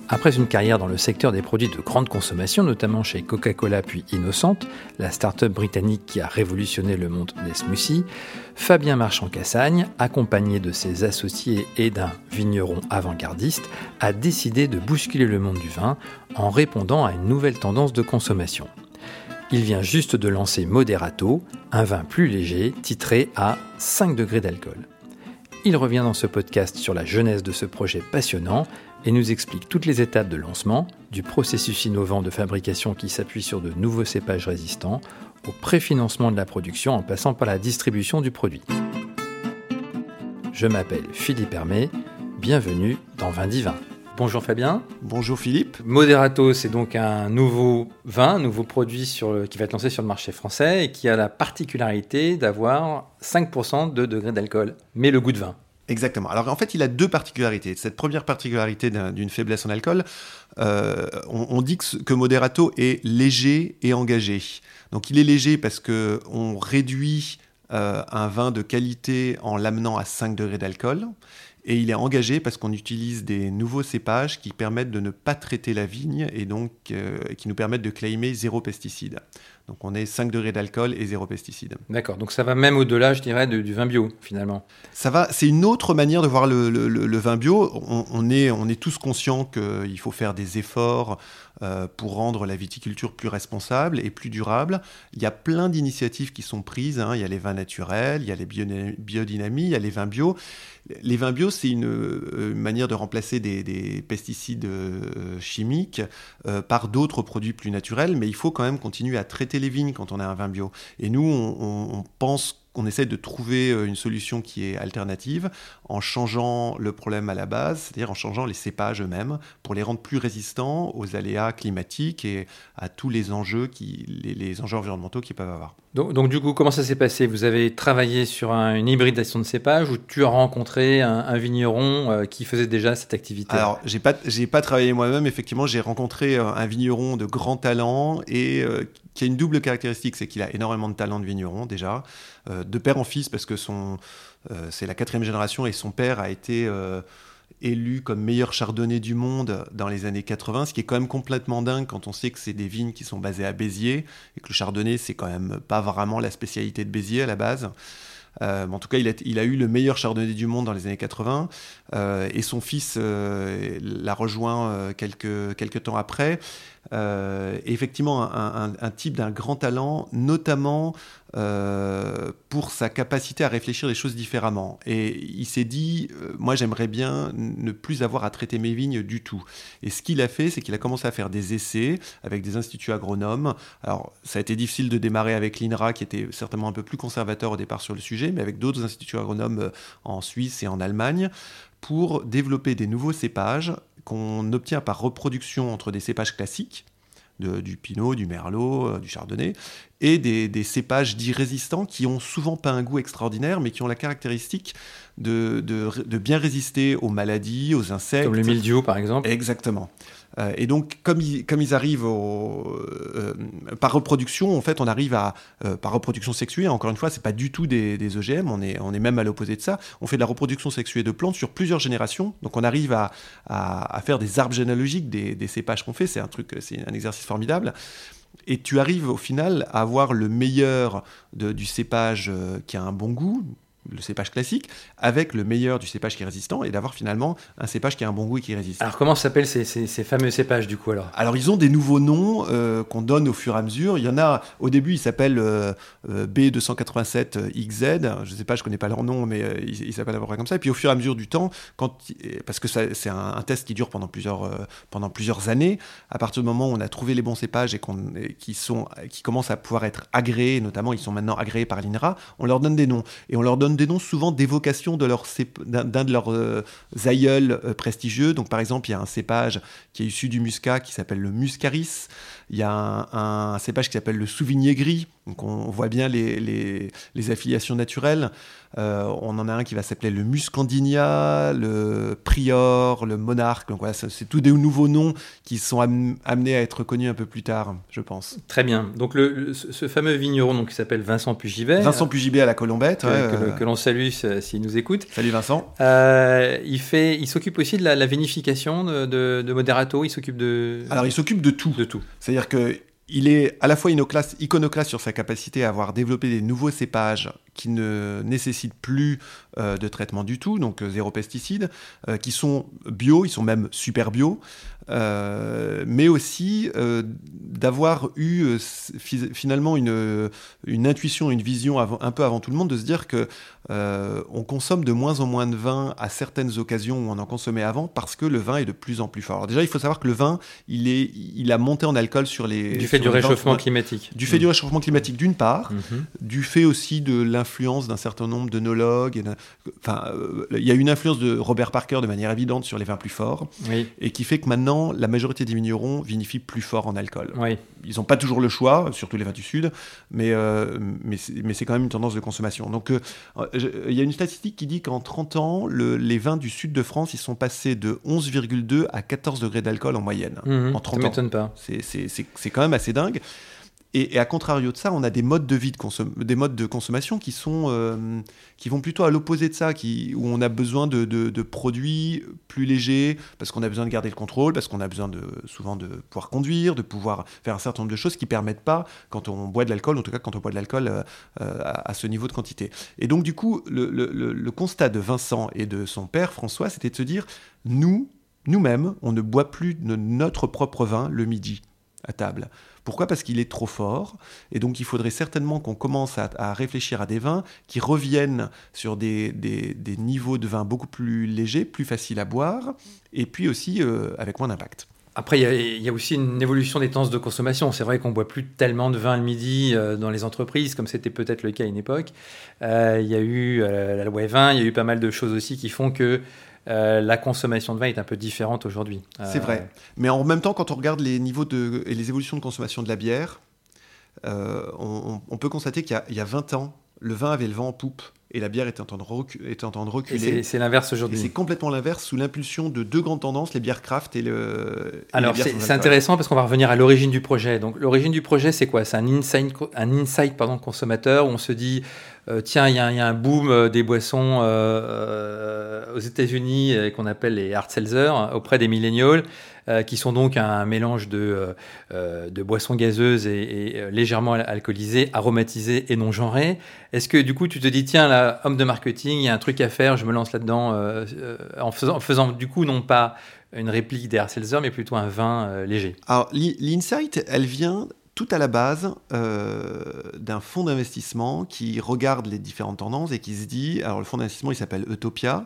Après une carrière dans le secteur des produits de grande consommation, notamment chez Coca-Cola puis Innocent, la start-up britannique qui a révolutionné le monde des smoothies, Fabien Marchand-Cassagne, accompagné de ses associés et d'un vigneron avant-gardiste, a décidé de bousculer le monde du vin en répondant à une nouvelle tendance de consommation. Il vient juste de lancer Moderato, un vin plus léger titré à 5 degrés d'alcool. Il revient dans ce podcast sur la genèse de ce projet passionnant et nous explique toutes les étapes de lancement, du processus innovant de fabrication qui s'appuie sur de nouveaux cépages résistants, au préfinancement de la production en passant par la distribution du produit. Je m'appelle Philippe Hermé, bienvenue dans Vin Divin. Bonjour Fabien. Bonjour Philippe. Moderato, c'est donc un nouveau vin, un nouveau produit qui va être lancé sur le marché français et qui a la particularité d'avoir 5% de degré d'alcool, mais le goût de vin. Exactement. Alors en fait, il a deux particularités. Cette première particularité d'une faiblesse en alcool, on dit que Moderato est léger et engagé. Donc il est léger parce qu'on réduit un vin de qualité en l'amenant à 5 degrés d'alcool. Et il est engagé parce qu'on utilise des nouveaux cépages qui permettent de ne pas traiter la vigne et donc qui nous permettent de claimer 0 pesticide. Donc on est 5 degrés d'alcool et 0 pesticide. D'accord, donc ça va même au-delà, je dirais, du vin bio, finalement. Ça va, c'est une autre manière de voir le vin bio. On est tous conscients qu'il faut faire des efforts pour rendre la viticulture plus responsable et plus durable. Il y a plein d'initiatives qui sont prises. Il y a les vins naturels, il y a les biodynamiques, il y a les vins bio. Les vins bio, c'est une manière de remplacer des pesticides chimiques par d'autres produits plus naturels, mais il faut quand même continuer à traiter les vignes quand on a un vin bio. Et nous, on pense qu'on essaie de trouver une solution qui est alternative en changeant le problème à la base, c'est-à-dire en changeant les cépages eux-mêmes pour les rendre plus résistants aux aléas climatiques et à tous les enjeux, les enjeux environnementaux qu'ils peuvent avoir. Donc du coup, comment ça s'est passé ? Vous avez travaillé sur une hybridation de cépages ou tu as rencontré un vigneron qui faisait déjà cette activité ? Alors, j'ai pas travaillé moi-même. Effectivement, j'ai rencontré un vigneron de grand talent et qui a une double caractéristique, c'est qu'il a énormément de talent de vigneron déjà, de père en fils parce que c'est la 4e génération et son père a été élu comme meilleur chardonnay du monde dans les années 80, ce qui est quand même complètement dingue quand on sait que c'est des vignes qui sont basées à Béziers et que le chardonnay, c'est quand même pas vraiment la spécialité de Béziers à la base. En tout cas, il a eu le meilleur chardonnay du monde dans les années 80 et son fils l'a rejoint quelques temps après. Et effectivement, un type d'un grand talent, notamment pour sa capacité à réfléchir les choses différemment. Et il s'est dit, moi j'aimerais bien ne plus avoir à traiter mes vignes du tout. Et ce qu'il a fait, c'est qu'il a commencé à faire des essais avec des instituts agronomes. Alors ça a été difficile de démarrer avec l'INRA, qui était certainement un peu plus conservateur au départ sur le sujet, mais avec d'autres instituts agronomes en Suisse et en Allemagne, pour développer des nouveaux cépages qu'on obtient par reproduction entre des cépages classiques, du pinot, du merlot, du chardonnay, et des cépages dits résistants qui ont souvent pas un goût extraordinaire, mais qui ont la caractéristique de bien résister aux maladies, aux insectes. Comme le mildiou, par exemple. Exactement. Et donc, comme ils arrivent par reproduction, en fait, on arrive par reproduction sexuée. Encore une fois, c'est pas du tout des OGM. On est même à l'opposé de ça. On fait de la reproduction sexuée de plantes sur plusieurs générations. Donc, on arrive à faire des arbres généalogiques des cépages qu'on fait. C'est un exercice formidable. Et tu arrives au final à avoir le meilleur du cépage qui a un bon goût, le cépage classique, avec le meilleur du cépage qui est résistant, et d'avoir finalement un cépage qui a un bon goût et qui résiste. Alors comment s'appellent ces fameux cépages du coup alors ? Alors ils ont des nouveaux noms qu'on donne au fur et à mesure. Il y en a, au début, ils s'appellent B287XZ. Je ne sais pas, je ne connais pas leur nom, mais ils s'appellent à peu près comme ça. Et puis au fur et à mesure du temps, parce que c'est un test qui dure pendant plusieurs années, à partir du moment où on a trouvé les bons cépages et qui commencent à pouvoir être agréés, notamment ils sont maintenant agréés par l'INRA, on leur donne des noms. Et on leur donne des noms souvent d'évocation d'un de leurs aïeuls prestigieux. Donc par exemple, il y a un cépage qui est issu du muscat qui s'appelle le muscaris. Il y a un cépage qui s'appelle le souvigné gris Donc on voit bien les affiliations naturelles. On en a un qui va s'appeler le Muscandinia, le Prior, le Monarque. Donc voilà, c'est tous des nouveaux noms qui sont amenés à être connus un peu plus tard, je pense. Très bien. Donc ce fameux vigneron donc, qui s'appelle Vincent Pugibet. Vincent Pugibet à la Colombette. Que l'on salue s'il nous écoute. Salut Vincent. Il s'occupe aussi de la vinification de Moderato. Il s'occupe de... Alors il s'occupe de tout. De tout. C'est-à-dire qu'il est à la fois iconoclaste sur sa capacité à avoir développé des nouveaux cépages qui ne nécessitent plus de traitement du tout, donc zéro pesticide, qui sont bio, ils sont même super bio, mais aussi d'avoir eu finalement une intuition, une vision un peu avant tout le monde, de se dire que on consomme de moins en moins de vin à certaines occasions où on en consommait avant, parce que le vin est de plus en plus fort. Alors déjà, il faut savoir que le vin, il a monté en alcool sur les... Du fait du réchauffement climatique. Du fait du réchauffement climatique, d'une part, du fait aussi de l'influence d'un certain nombre d'œnologues. Il y a une influence de Robert Parker de manière évidente sur les vins plus forts, et qui fait que maintenant, la majorité des vignerons vinifient plus fort en alcool. Oui. Ils n'ont pas toujours le choix, surtout les vins du Sud, mais c'est quand même une tendance de consommation. Donc, il y a une statistique qui dit qu'en 30 ans, les vins du Sud de France, ils sont passés de 11,2 à 14 degrés d'alcool en moyenne. En 30 ans. Ça ne m'étonne pas. C'est quand même assez dingue. Et à contrario de ça, on a des modes de vie, des modes de consommation qui vont plutôt à l'opposé de ça, où on a besoin de produits plus légers, parce qu'on a besoin de garder le contrôle, parce qu'on a besoin souvent de pouvoir conduire, de pouvoir faire un certain nombre de choses qui ne permettent pas, quand on boit de l'alcool, en tout cas quand on boit de l'alcool à ce niveau de quantité. Et donc du coup, le constat de Vincent et de son père François, c'était de se dire, nous-mêmes, on ne boit plus de notre propre vin le midi à table. Pourquoi ? Parce qu'il est trop fort, et donc il faudrait certainement qu'on commence à réfléchir à des vins qui reviennent sur des niveaux de vin beaucoup plus légers, plus faciles à boire, et puis aussi avec moins d'impact. Après, il y a aussi une évolution des tendances de consommation. C'est vrai qu'on ne boit plus tellement de vin le midi dans les entreprises, comme c'était peut-être le cas à une époque. Il y a eu la loi E20, il y a eu pas mal de choses aussi qui font que la consommation de vin est un peu différente aujourd'hui. C'est vrai. Mais en même temps, quand on regarde les niveaux et les évolutions de consommation de la bière, on peut constater qu'il y a 20 ans, le vin avait le vent en poupe et la bière était en train de reculer. Et c'est l'inverse aujourd'hui. Et c'est complètement l'inverse, sous l'impulsion de deux grandes tendances, les bières craft et Alors, c'est intéressant parce qu'on va revenir à l'origine du projet. Donc, l'origine du projet, c'est quoi ? C'est un insight consommateur où on se dit... tiens, il y a un boom des boissons aux États-Unis qu'on appelle les hard seltzer auprès des millennials, qui sont donc un mélange de boissons gazeuses et légèrement alcoolisées, aromatisées et non genrées. Est-ce que du coup tu te dis tiens là, homme de marketing, il y a un truc à faire, je me lance là-dedans en faisant du coup non pas une réplique des hard seltzer mais plutôt un vin léger. Alors l'insight, elle vient tout à la base d'un fonds d'investissement qui regarde les différentes tendances et qui se dit, alors le fonds d'investissement il s'appelle Utopia,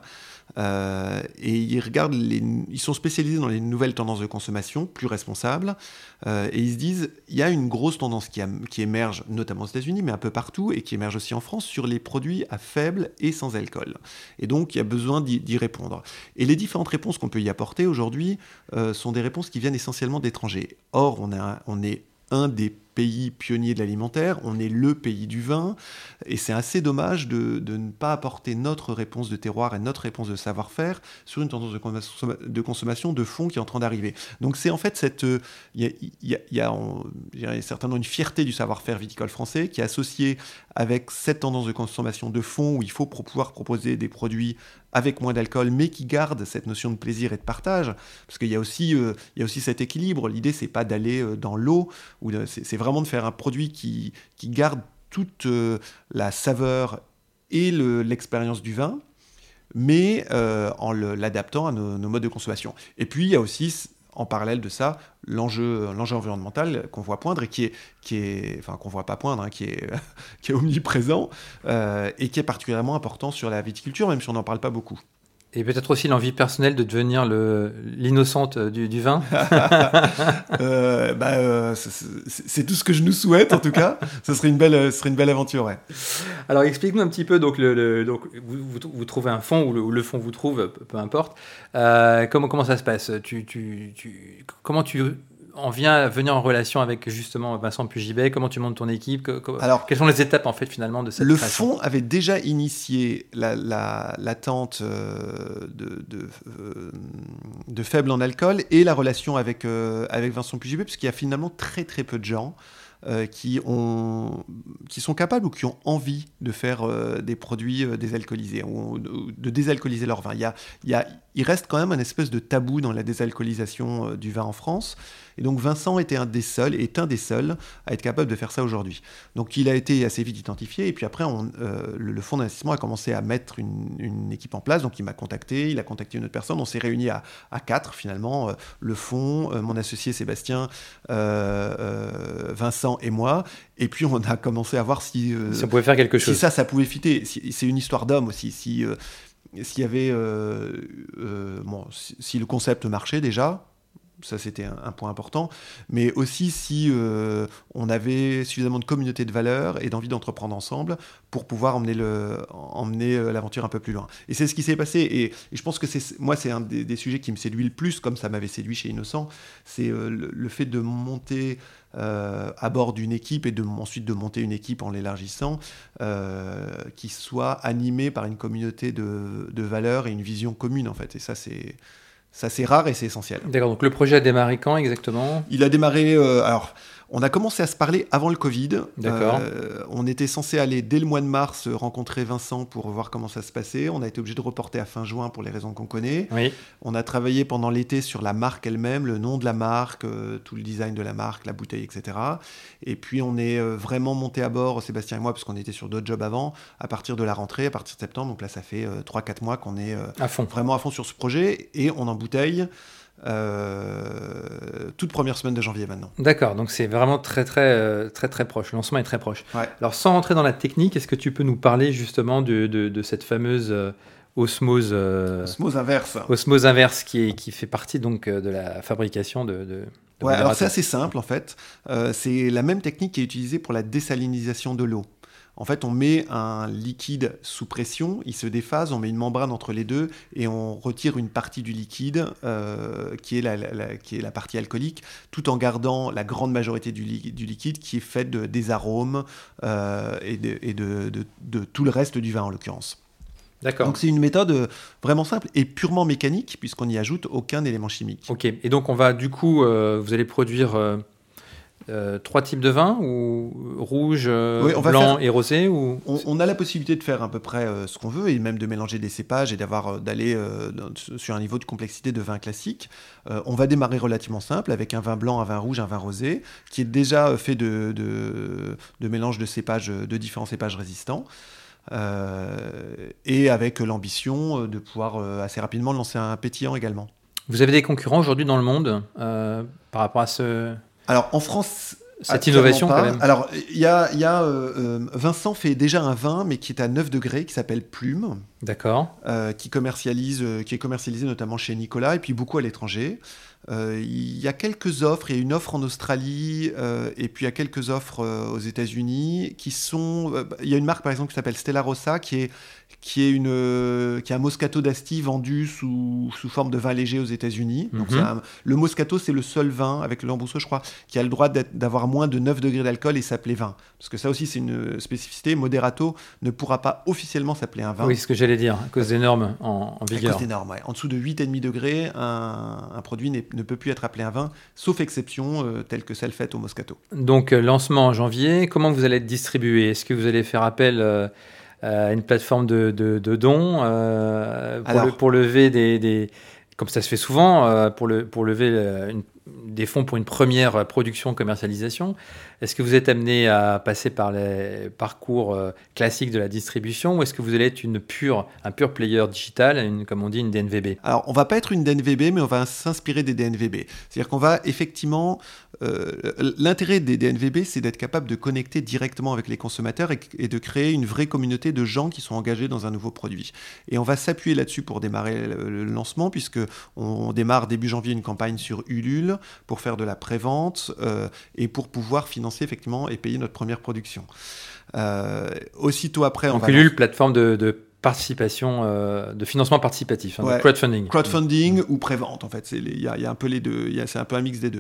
et ils sont spécialisés dans les nouvelles tendances de consommation plus responsables, et ils se disent il y a une grosse tendance qui émerge notamment aux États-Unis mais un peu partout et qui émerge aussi en France sur les produits à faible et sans alcool, et donc il y a besoin d'y répondre, et les différentes réponses qu'on peut y apporter aujourd'hui sont des réponses qui viennent essentiellement d'étrangers. Or on est un des pays pionniers de l'alimentaire, on est le pays du vin, et c'est assez dommage de ne pas apporter notre réponse de terroir et notre réponse de savoir-faire sur une tendance de consommation de fond qui est en train d'arriver. Donc c'est en fait il y a certainement une fierté du savoir-faire viticole français qui est associée avec cette tendance de consommation de fond où il faut pouvoir proposer des produits avec moins d'alcool, mais qui gardent cette notion de plaisir et de partage, parce qu'il y a aussi cet équilibre. L'idée, c'est pas d'aller dans l'eau, c'est vraiment de faire un produit qui garde toute la saveur et l'expérience du vin, mais en l'adaptant à nos modes de consommation. Et puis, il y a aussi, en parallèle de ça, l'enjeu environnemental qu'on voit poindre et qui est qu'on voit pas poindre, qui est omniprésent et qui est particulièrement important sur la viticulture, même si on n'en parle pas beaucoup. Et peut-être aussi l'envie personnelle de devenir l'innocente du vin. C'est tout ce que je nous souhaite, en tout cas. Ce serait une belle aventure, ouais. Alors, explique-nous un petit peu. Donc, vous trouvez un fond, ou le fond vous trouve, peu importe. Comment ça se passe ? Comment tu on vient venir en relation avec justement Vincent Pugibet? Comment tu montes ton équipe? Alors, quelles sont les étapes en fait finalement de cette création? Le fonds avait déjà initié l'attente de faible en alcool et la relation avec Vincent Pugibet, parce qu'il y a finalement très très peu de gens qui sont capables ou qui ont envie de faire des produits désalcoolisés ou de désalcooliser leur vin. Il reste quand même un espèce de tabou dans la désalcoolisation du vin en France. Et donc Vincent est un des seuls à être capable de faire ça aujourd'hui. Donc il a été assez vite identifié, et puis après le fonds d'investissement a commencé à mettre une équipe en place. Donc il m'a contacté, il a contacté une autre personne, on s'est réunis à 4 finalement, le fonds, mon associé Sébastien, Vincent et moi, et puis on a commencé à voir si ça pouvait faire quelque chose. Si ça pouvait fitter. C'est une histoire d'homme aussi, s'il y avait si le concept marchait déjà. Ça, c'était un point important. Mais aussi si on avait suffisamment de communauté de valeurs et d'envie d'entreprendre ensemble pour pouvoir emmener l'aventure un peu plus loin. Et c'est ce qui s'est passé. Et je pense que c'est un des sujets qui me séduit le plus, comme ça m'avait séduit chez Innocent. C'est le fait de monter à bord d'une équipe et ensuite de monter une équipe en l'élargissant qui soit animée par une communauté de valeurs et une vision commune, en fait. Et ça, c'est rare et c'est essentiel. D'accord, donc le projet a démarré quand exactement? Il a démarré... alors, on a commencé à se parler avant le Covid. D'accord. On était censé aller dès le mois de mars rencontrer Vincent pour voir comment ça se passait. On a été obligé de reporter à fin juin pour les raisons qu'on connaît. Oui. On a travaillé pendant l'été sur la marque elle-même, le nom de la marque, tout le design de la marque, la bouteille, etc. Et puis on est vraiment monté à bord, Sébastien et moi, parce qu'on était sur d'autres jobs avant, à partir de la rentrée, à partir de septembre. Donc là, ça fait 3-4 mois qu'on est vraiment à fond sur ce projet, et on embouteille toute première semaine de janvier maintenant. D'accord, donc c'est vraiment très proche. Le lancement est très proche. Ouais. Alors sans rentrer dans la technique, est-ce que tu peux nous parler justement de cette fameuse osmose inverse. Osmose inverse qui fait partie donc de la fabrication de ouais, alors c'est assez simple en fait. C'est la même technique qui est utilisée pour la désalinisation de l'eau. En fait, on met un liquide sous pression, il se déphase, on met une membrane entre les deux et on retire une partie du liquide qui est la partie alcoolique, tout en gardant la grande majorité du liquide qui est faite des arômes et de tout le reste du vin en l'occurrence. D'accord. Donc c'est une méthode vraiment simple et purement mécanique puisqu'on n'y ajoute aucun élément chimique. Ok, et donc on va du coup, vous allez produire... 3 types de vins, ou rouge, blanc et rosé, ou... on a la possibilité de faire à peu près ce qu'on veut, et même de mélanger des cépages et d'aller sur un niveau de complexité de vin classique. On va démarrer relativement simple avec un vin blanc, un vin rouge, un vin rosé, qui est déjà fait de mélange de cépages, de différents cépages résistants. Et avec l'ambition de pouvoir assez rapidement lancer un pétillant également. Vous avez des concurrents aujourd'hui dans le monde par rapport à ce... Alors en France, cette innovation pas. Quand même. Alors il y a Vincent fait déjà un vin, mais qui est à 9 degrés, qui s'appelle Plume. D'accord. Qui est commercialisé notamment chez Nicolas et puis beaucoup à l'étranger. Il y a quelques offres, il y a une offre en Australie et puis il y a quelques offres aux États-Unis qui sont. Il y a une marque par exemple qui s'appelle Stella Rossa qui est un Moscato d'Asti vendu sous forme de vin léger aux États-Unis. Donc le Moscato, c'est le seul vin avec le Lambrusco, je crois, qui a le droit d'avoir moins de 9 degrés d'alcool et s'appeler vin. Parce que ça aussi, c'est une spécificité. Moderato ne pourra pas officiellement s'appeler un vin. Oui, c'est ce que j'allais dire, à cause des normes en vigueur. À cause des normes, ouais. En dessous de 8,5 degrés, un produit ne peut plus être appelé un vin, sauf exception telle que celle faite au Moscato. Donc, lancement en janvier. Comment vous allez être distribué? Est-ce que vous allez faire appel à une plateforme de dons pour lever des... Comme ça se fait souvent, pour lever des fonds pour une première production, commercialisation. Est-ce que vous êtes amené à passer par les parcours classiques de la distribution, ou est-ce que vous allez être un pur player digital, comme on dit, une DNVB? Alors, on ne va pas être une DNVB, mais on va s'inspirer des DNVB. C'est-à-dire qu'on va effectivement... l'intérêt des DNVB, c'est d'être capable de connecter directement avec les consommateurs et de créer une vraie communauté de gens qui sont engagés dans un nouveau produit. Et on va s'appuyer là-dessus pour démarrer le lancement, puisqu'on démarre début janvier une campagne sur Ulule pour faire de la prévente et pour pouvoir financer effectivement et payer notre première production. Aussitôt après, donc Ulule, plateforme de participation, de financement participatif, de crowdfunding. Crowdfunding ou prévente, en fait. Il y a un peu les deux. C'est un peu un mix des deux.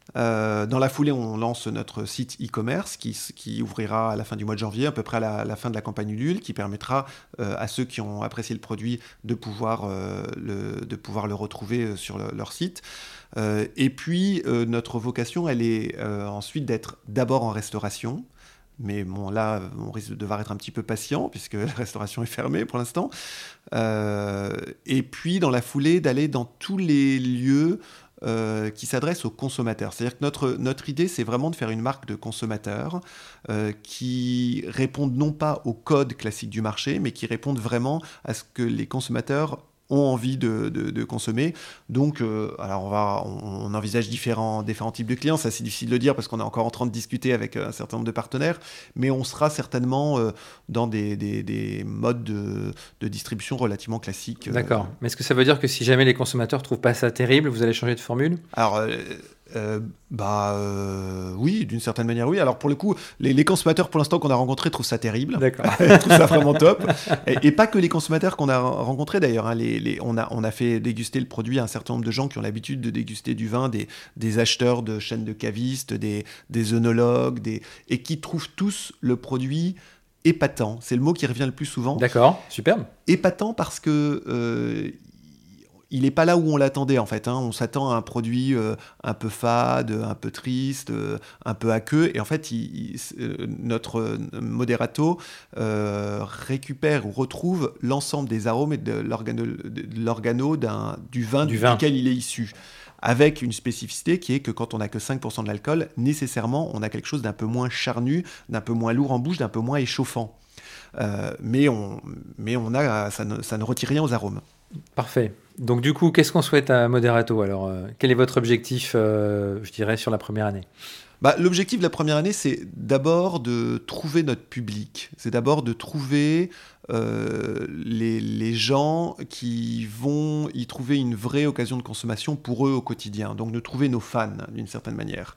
Dans la foulée, on lance notre site e-commerce qui ouvrira à la fin du mois de janvier, à peu près à la fin de la campagne Ulule, qui permettra à ceux qui ont apprécié le produit de pouvoir le retrouver sur leur site. Et puis, notre vocation, elle est ensuite d'être d'abord en restauration. Mais bon, là, on risque de devoir être un petit peu patient, puisque la restauration est fermée pour l'instant. Et puis, dans la foulée, d'aller dans tous les lieux qui s'adressent aux consommateurs. C'est-à-dire que notre idée, c'est vraiment de faire une marque de consommateurs qui répondent non pas au code classique du marché, mais qui répondent vraiment à ce que les consommateurs ont envie de consommer. Donc, alors on envisage différents types de clients. C'est assez difficile de le dire parce qu'on est encore en train de discuter avec un certain nombre de partenaires, mais on sera certainement dans des modes de distribution relativement classiques. D'accord. Mais est-ce que ça veut dire que si jamais les consommateurs ne trouvent pas ça terrible, vous allez changer de formule ? Alors, oui, d'une certaine manière, oui. Alors, pour le coup, les consommateurs, pour l'instant, qu'on a rencontrés, trouvent ça terrible. D'accord. Ils trouvent ça vraiment top. Et pas que les consommateurs qu'on a rencontrés, d'ailleurs. Hein. On a fait déguster le produit à un certain nombre de gens qui ont l'habitude de déguster du vin, des acheteurs de chaînes de cavistes, des œnologues, et qui trouvent tous le produit épatant. C'est le mot qui revient le plus souvent. D'accord, superbe. Épatant parce que... il n'est pas là où on l'attendait en fait. Hein. On s'attend à un produit un peu fade, un peu triste, un peu aqueux. Et en fait, notre Moderato récupère ou retrouve l'ensemble des arômes et de l'organo du vin duquel il est issu. Avec une spécificité qui est que quand on n'a que 5% de l'alcool, nécessairement, on a quelque chose d'un peu moins charnu, d'un peu moins lourd en bouche, d'un peu moins échauffant. Mais ça ne retire rien aux arômes. Parfait. Donc du coup, qu'est-ce qu'on souhaite à Moderato ? Alors, quel est votre objectif, je dirais, sur la première année ? L'objectif de la première année, c'est d'abord de trouver notre public. C'est d'abord de trouver les gens qui vont y trouver une vraie occasion de consommation pour eux au quotidien. Donc de trouver nos fans, d'une certaine manière.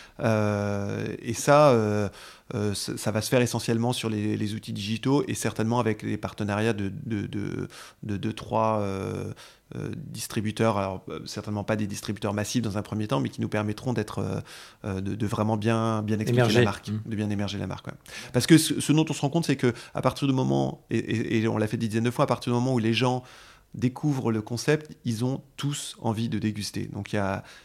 Et ça va se faire essentiellement sur les outils digitaux et certainement avec les partenariats de 3 distributeurs, alors certainement pas des distributeurs massifs dans un premier temps, mais qui nous permettront de vraiment bien expliquer la marque, de bien émerger la marque. Ouais. Parce que ce dont on se rend compte, c'est que à partir du moment, et on l'a fait des dizaines de fois, à partir du moment où les gens découvrent le concept, ils ont tous envie de déguster. Donc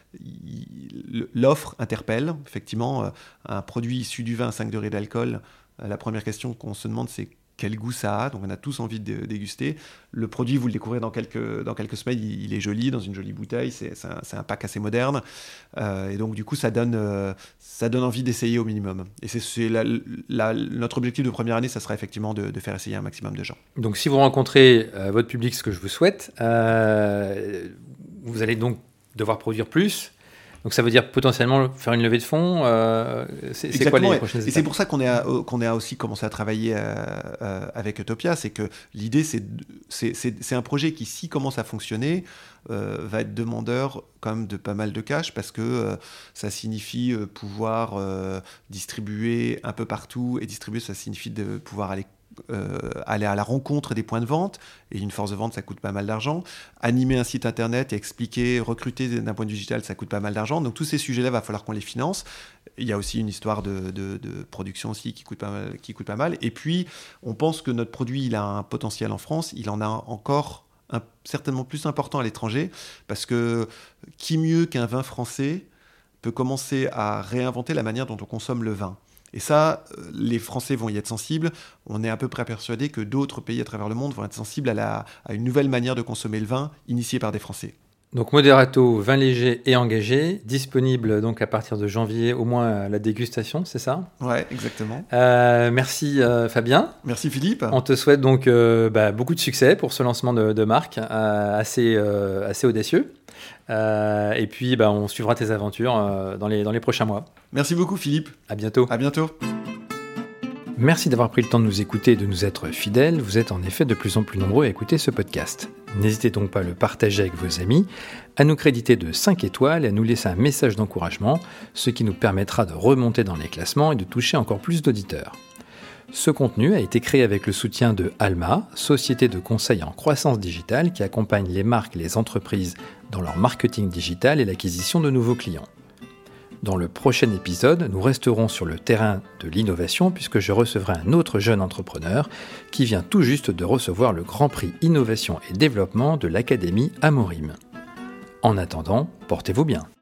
l'offre interpelle, effectivement, un produit issu du vin à 5 degrés d'alcool. La première question qu'on se demande, c'est quel goût ça a. Donc on a tous envie de déguster. Le produit, vous le découvrez dans quelques semaines, il est joli, dans une jolie bouteille, c'est un pack assez moderne. Et donc du coup, ça donne envie d'essayer au minimum. Et c'est notre objectif de première année, ça sera effectivement de faire essayer un maximum de gens. Donc si vous rencontrez votre public, ce que je vous souhaite, vous allez donc devoir produire plus. Donc ça veut dire potentiellement faire une levée de fonds. C'est quoi les prochaines étapes ? Et c'est pour ça qu'on a aussi commencé à travailler avec Utopia. C'est que l'idée, c'est un projet qui, s'il commence à fonctionner, va être demandeur quand même de pas mal de cash parce que ça signifie pouvoir distribuer un peu partout. Et distribuer, ça signifie de pouvoir aller à la rencontre des points de vente, et une force de vente, ça coûte pas mal d'argent. Animer un site internet et expliquer, recruter d'un point de vue digital, ça coûte pas mal d'argent. Donc tous ces sujets-là, il va falloir qu'on les finance. Il y a aussi une histoire de production aussi qui coûte pas mal. Et puis, on pense que notre produit, il a un potentiel en France, il en a encore certainement plus important à l'étranger, parce que qui mieux qu'un vin français peut commencer à réinventer la manière dont on consomme le vin. Et ça, les Français vont y être sensibles. On est à peu près persuadé que d'autres pays à travers le monde vont être sensibles à une nouvelle manière de consommer le vin, initiée par des Français. Donc Moderato, vin léger et engagé, disponible donc à partir de janvier, au moins à la dégustation, c'est ça ? Ouais, exactement. Merci Fabien. Merci Philippe. On te souhaite donc beaucoup de succès pour ce lancement de marque assez audacieux. Et puis on suivra tes aventures dans les prochains mois. Merci beaucoup Philippe. À bientôt. À bientôt. Merci d'avoir pris le temps de nous écouter et de nous être fidèles. Vous êtes en effet de plus en plus nombreux à écouter ce podcast. N'hésitez donc pas à le partager avec vos amis, à nous créditer de 5 étoiles et à nous laisser un message d'encouragement, ce qui nous permettra de remonter dans les classements et de toucher encore plus d'auditeurs. Ce contenu a été créé avec le soutien de Alma, société de conseil en croissance digitale qui accompagne les marques et les entreprises dans leur marketing digital et l'acquisition de nouveaux clients. Dans le prochain épisode, nous resterons sur le terrain de l'innovation puisque je recevrai un autre jeune entrepreneur qui vient tout juste de recevoir le Grand Prix Innovation et Développement de l'Académie Amorim. En attendant, portez-vous bien.